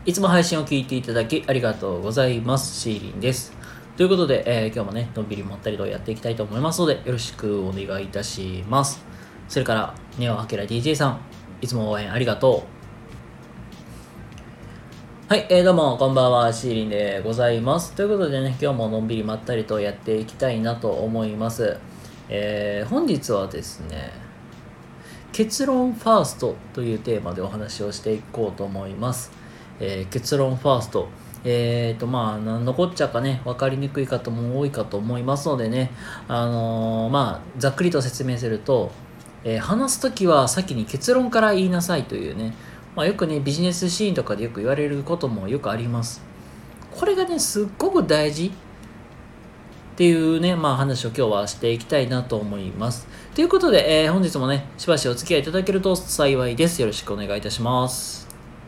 いつも配信を聞いていただきありがとうございます。シーリンです。ということで、今日もね、のんびりもったりとやっていきたいと思いますので、よろしくお願いいたします。それから、ネオアキラ DJ さん、いつも応援ありがとう。はい、どうも、こんばんは、シーリンでございます。ということでね、今日ものんびりまったりとやっていきたいなと思います。本日はですね、結論ファーストというテーマでお話をしていこうと思います。結論ファースト。何のこっちゃかね、分かりにくい方も多いかと思いますのでね、ざっくりと説明すると、話すときは先に結論から言いなさいというね、よくね、ビジネスシーンとかでよく言われることもよくあります。これがね、すっごく大事っていうね、話を今日はしていきたいなと思います。ということで、本日もね、しばしお付き合いいただけると幸いです。よろしくお願いいたします。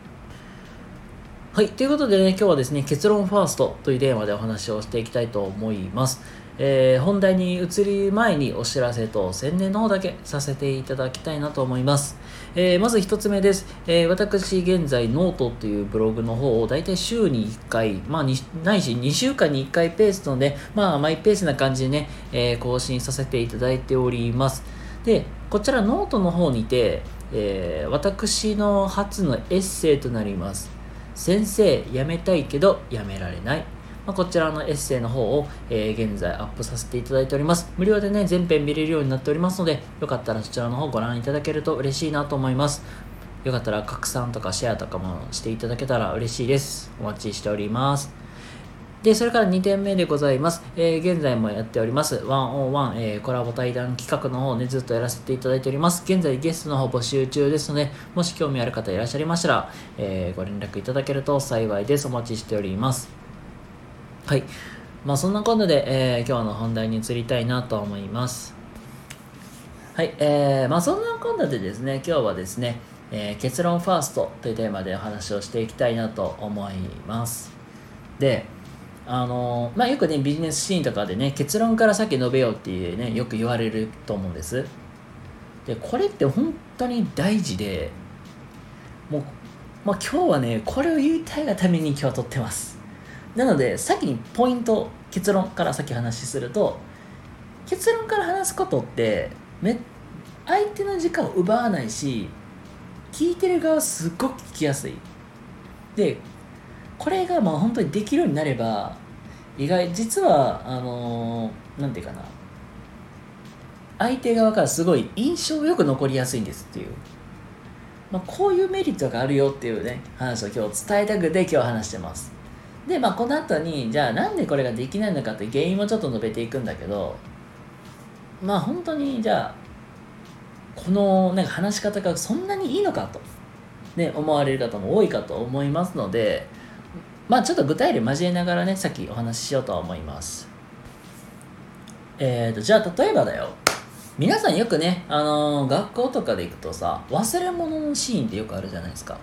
はい。ということでね、今日はですね、結論ファーストというテーマでお話をしていきたいと思います。本題に移る前にお知らせと宣伝の方だけさせていただきたいなと思います。まず一つ目です。私、現在、ノートというブログの方をだいたい週に1回、ないし2週間に1回ペースので、マイペースな感じでね、更新させていただいております。で、こちらノートの方にて、私の初のエッセイとなります。先生辞めたいけど辞められない、こちらのエッセイの方を、現在アップさせていただいております。無料でね全編見れるようになっておりますので、よかったらそちらの方ご覧いただけると嬉しいなと思います。よかったら拡散とかシェアとかもしていただけたら嬉しいです。お待ちしております。で、それから2点目でございます。現在もやっております、101、コラボ対談企画の方をね、ずっとやらせていただいております。現在ゲストの方募集中ですので、もし興味ある方いらっしゃいましたら、ご連絡いただけると幸いです。お待ちしております。はい。そんなことで、今日の本題に移りたいなと思います。はい。そんなことでですね、今日はですね、結論ファーストというテーマでお話をしていきたいなと思います。で、よくね、ビジネスシーンとかでね、結論から先述べようっていうね、よく言われると思うんです。で、これって本当に大事で、もう、今日はね、これを言いたいがために今日は撮ってます。なので、先にポイント、結論から先話すると、結論から話すことって、相手の時間を奪わないし、聞いてる側はすっごく聞きやすい。で、これが本当にできるようになれば、実はなんていうかな、相手側からすごい印象よく残りやすいんですっていう、こういうメリットがあるよっていうね話を今日伝えたくて今日話してます。で、この後にじゃあなんでこれができないのかって原因もちょっと述べていくんだけど、本当にじゃあこの話し方がそんなにいいのかとね思われる方も多いかと思いますので、ちょっと具体例交えながらね、さっきお話ししようとは思います。じゃあ例えばだよ、皆さんよくね、学校とかで行くとさ、忘れ物のシーンってよくあるじゃないですか。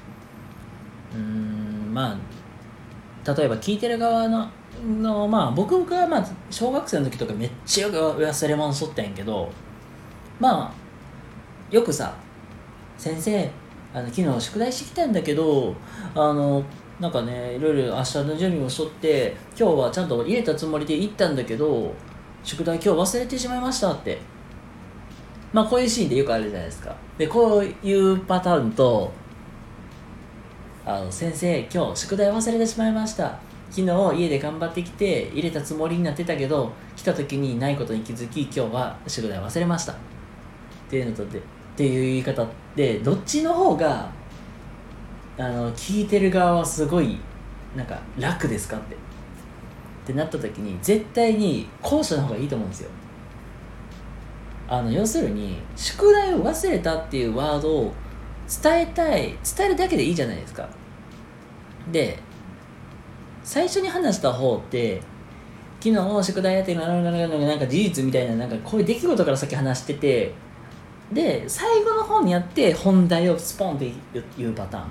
例えば聞いてる側の僕が小学生の時とかめっちゃよく忘れ物しとったんやけど、よくさ、先生昨日宿題してきたんだけどなんかね、いろいろ明日の準備をしとって今日はちゃんと入れたつもりで行ったんだけど宿題今日忘れてしまいましたって、こういうシーンでよくあるじゃないですか。で、こういうパターンと、先生今日宿題忘れてしまいました、昨日家で頑張ってきて入れたつもりになってたけど来た時にないことに気づき今日は宿題忘れましたっていうのとっていう言い方で、どっちの方が聞いてる側はすごい楽ですかってなった時に、絶対に後者の方がいいと思うんですよ。要するに宿題を忘れたっていうワードを伝えるだけでいいじゃないですか。で、最初に話した方って昨日宿題やってなんか事実みたいなこういう出来事から先話してて、で最後の方にやって本題をスポンって言うパターン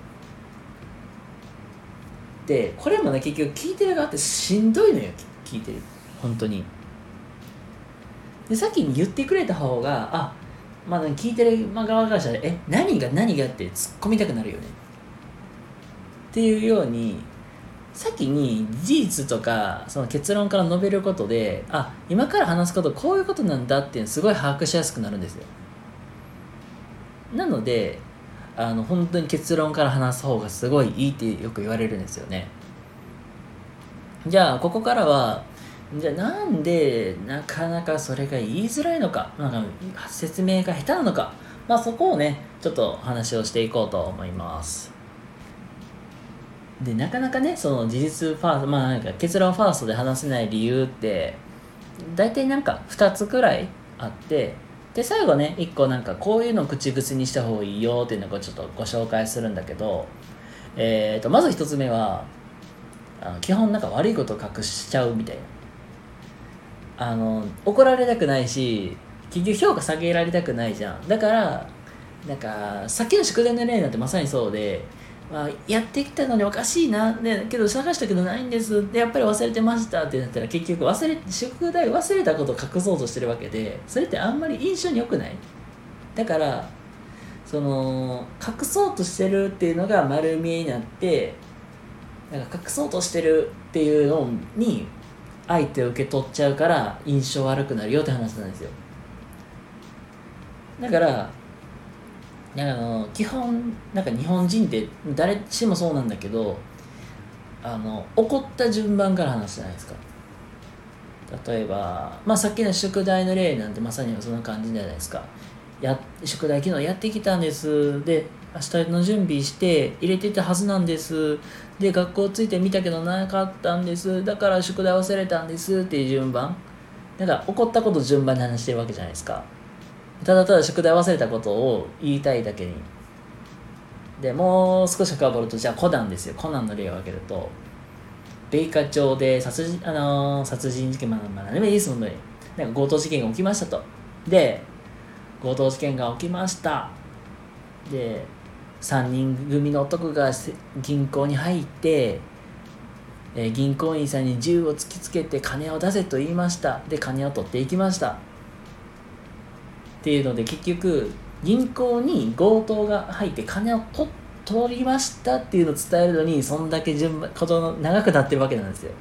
で、これもね結局聞いてる側ってしんどいのよ。聞いてる本当に。で、先に言ってくれた方が聞いてる側からしたら何がって突っ込みたくなるよねっっていうように先に事実とかその結論から述べることで、今から話すことこういうことなんだっていうのすごい把握しやすくなるんですよ。なので本当に結論から話す方がすごいいいってよく言われるんですよね。じゃあここからはじゃあなんでなかなかそれが言いづらいのか、説明が下手なのか、そこをねちょっと話をしていこうと思います。でなかなかねその事実ファースト、なんか結論ファーストで話せない理由って大体なんか2つくらいあって、で最後ね1個なんかこういうのを口々にした方がいいよっていうのをちょっとご紹介するんだけど、まず1つ目は基本なんか悪いことを隠しちゃうみたいな、怒られたくないし結局評価下げられたくないじゃん。だからなんかさっきの宿題の例なんてまさにそうで、やってきたのにおかしいな、ね、けど探したけどないんですでやっぱり忘れてましたってなったら結局宿題忘れたことを隠そうとしてるわけで、それってあんまり印象に良くない。だからその隠そうとしてるっていうのが丸見えになって、なんか隠そうとしてるっていうのに相手を受け取っちゃうから印象悪くなるよって話なんですよ。だから基本なんか日本人って誰しもそうなんだけど怒った順番から話すじゃないですか。例えば、さっきの宿題の例なんてまさにそんな感じじゃないですか。宿題昨日やってきたんですで明日の準備して入れてたはずなんですで学校着いてみたけどなかったんですだから宿題忘れたんですっていう順番、だから怒ったこと順番で話してるわけじゃないですか。ただただ宿題忘れたことを言いたいだけに。でもう少し深掘ると、じゃあコナンですよ。コナンの例を挙げると、米花町で殺人事件、何でもいいですもんね。なんか強盗事件が起きましたと。で強盗事件が起きました。で3人組の男が銀行に入って、銀行員さんに銃を突きつけて金を出せと言いました。で金を取っていきましたっていうので、結局銀行に強盗が入って金を取りましたっていうのを伝えるのにそんだけこと長くなってるわけなんですよ。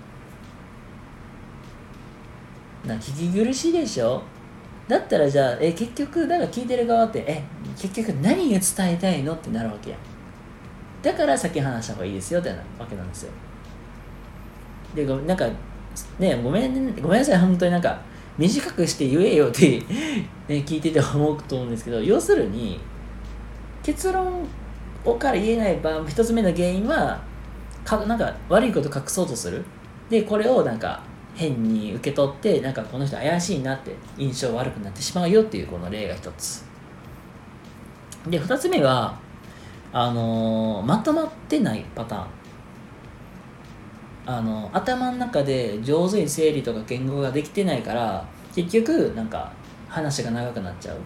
聞き苦しいでしょ。だったらじゃあ結局だから聞いてる側って結局何が伝えたいのってなるわけやん。だから先話した方がいいですよってなわけなんですよ。でなんかねごめんなさい本当になんか短くして言えよって聞いてて思うと思うんですけど、要するに結論から言えない一つ目の原因はなんか悪いこと隠そうとする。でこれをなんか変に受け取ってなんかこの人怪しいなって印象悪くなってしまうよっていうこの例が一つで、二つ目はまとまってないパターン。頭の中で上手に整理とか言語ができてないから結局なんか話が長くなっちゃう。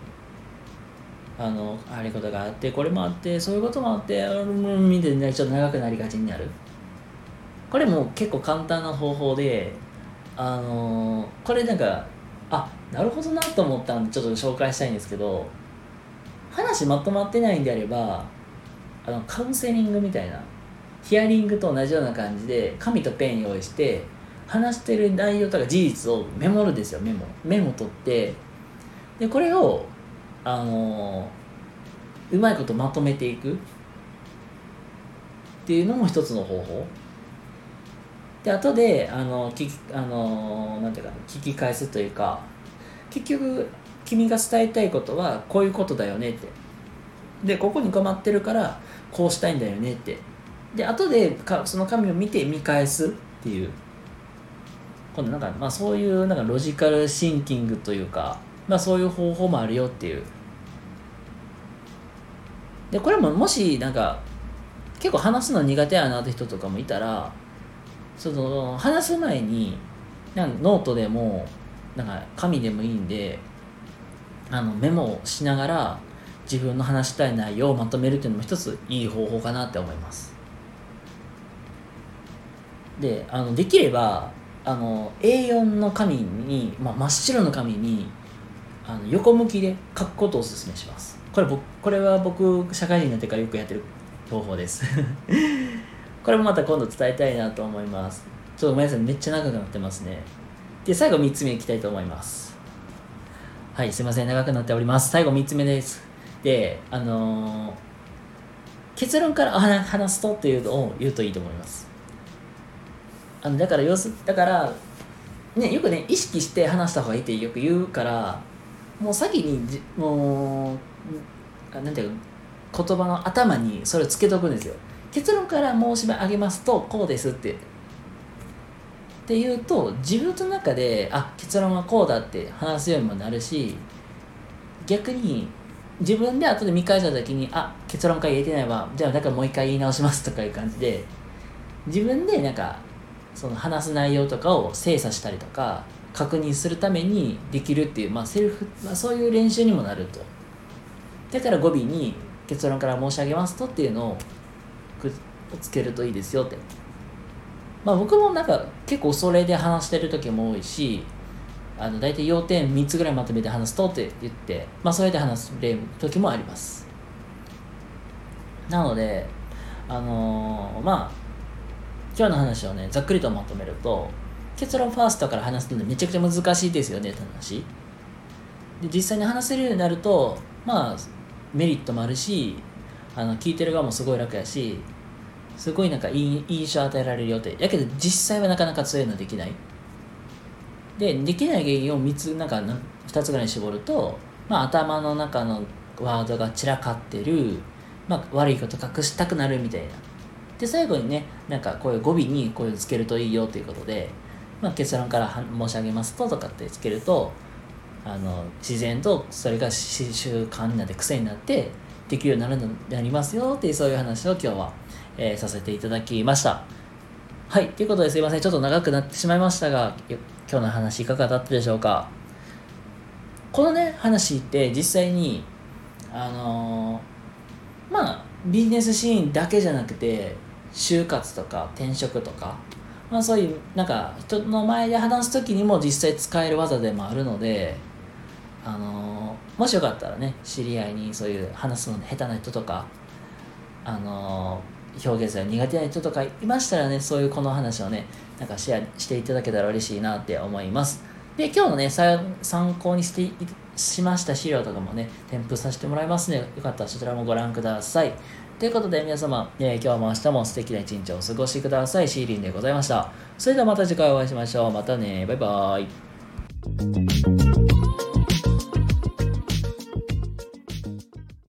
あれことがあってこれもあってそういうこともあって見てちょっと長くなりがちになる。これも結構簡単な方法でこれなんかなるほどなと思ったんでちょっと紹介したいんですけど、話まとまってないんであればカウンセリングみたいなヒアリングと同じような感じで紙とペン用意して話してる内容とか事実をメモるんですよ。メモ取ってでこれをうまいことまとめていくっていうのも一つの方法で、後でなんていうか聞き返すというか、結局君が伝えたいことはこういうことだよねって、でここに困ってるからこうしたいんだよねって、で後でその紙を見て見返すっていう、今度なんかそういうなんかロジカルシンキングというか、そういう方法もあるよっていう。でこれももしなんか結構話すの苦手やなって人とかもいたら、その話す前にノートでもなんか紙でもいいんでメモをしながら自分の話したい内容をまとめるっていうのも一ついい方法かなって思います。でできればA4 の紙に、真っ白の紙に横向きで書くことをお勧めします。これは僕社会人になってからよくやってる方法ですこれもまた今度伝えたいなと思います。ちょっとごめんなさい、めっちゃ長くなってますね。で、最後3つ目いきたいと思います。はい、すいません、長くなっております。最後3つ目です。で、結論から話すとっていうのを言うといいと思います。だからね、よくね、意識して話した方がいいってよく言うから、もう先にもうなんていうか、言葉の頭にそれをつけとくんですよ。結論から申し上げますとこうですって言うと、自分の中で結論はこうだって話すようにもなるし、逆に自分で後で見返した時に結論から言えてないわ、じゃあだからもう一回言い直しますとかいう感じで、自分でなんかその話す内容とかを精査したりとか確認するためにできるっていう、セルフ、そういう練習にもなると。だから語尾に結論から申し上げますとっていうのをつけるといいですよって。僕もなんか結構それで話してる時も多いし、大体要点3つぐらいまとめて話すとって言って、それで話す時もあります。なので今日の話をねざっくりとまとめると、結論ファーストから話すのでめちゃくちゃ難しいですよねって話で、実際に話せるようになるとメリットもあるし、聞いてる側もすごい楽やし、すごいなんかいい印象を与えられるよって。やけど実際はなかなかそういうのできない。できない原因を2つぐらいに絞ると、頭の中のワードが散らかってる、悪いこと隠したくなるみたいな。で最後にね、なんかこういう語尾にこういうのつけるといいよということで、結論から申し上げますととかってつけると、自然とそれが習慣になって癖になってできるようになりますよっていう、そういう話を今日は、させていただきました。はい、ということですいません、ちょっと長くなってしまいましたが、今日の話いかがだったでしょうか。このね話って実際にビジネスシーンだけじゃなくて、就活とか転職とか、そういうなんか人の前で話す時にも実際使える技でもあるので、もしよかったらね、知り合いにそういう話すの下手な人とか、表現するの苦手な人とかいましたらね、そういうこの話をねなんかシェアしていただけたら嬉しいなって思います。で今日のね参考にしました資料とかもね添付させてもらいますので、よかったらそちらもご覧ください。ということで皆様、今日も明日も素敵な一日をお過ごしください。シーリンでございました。それではまた次回お会いしましょう。またね、バイバーイ。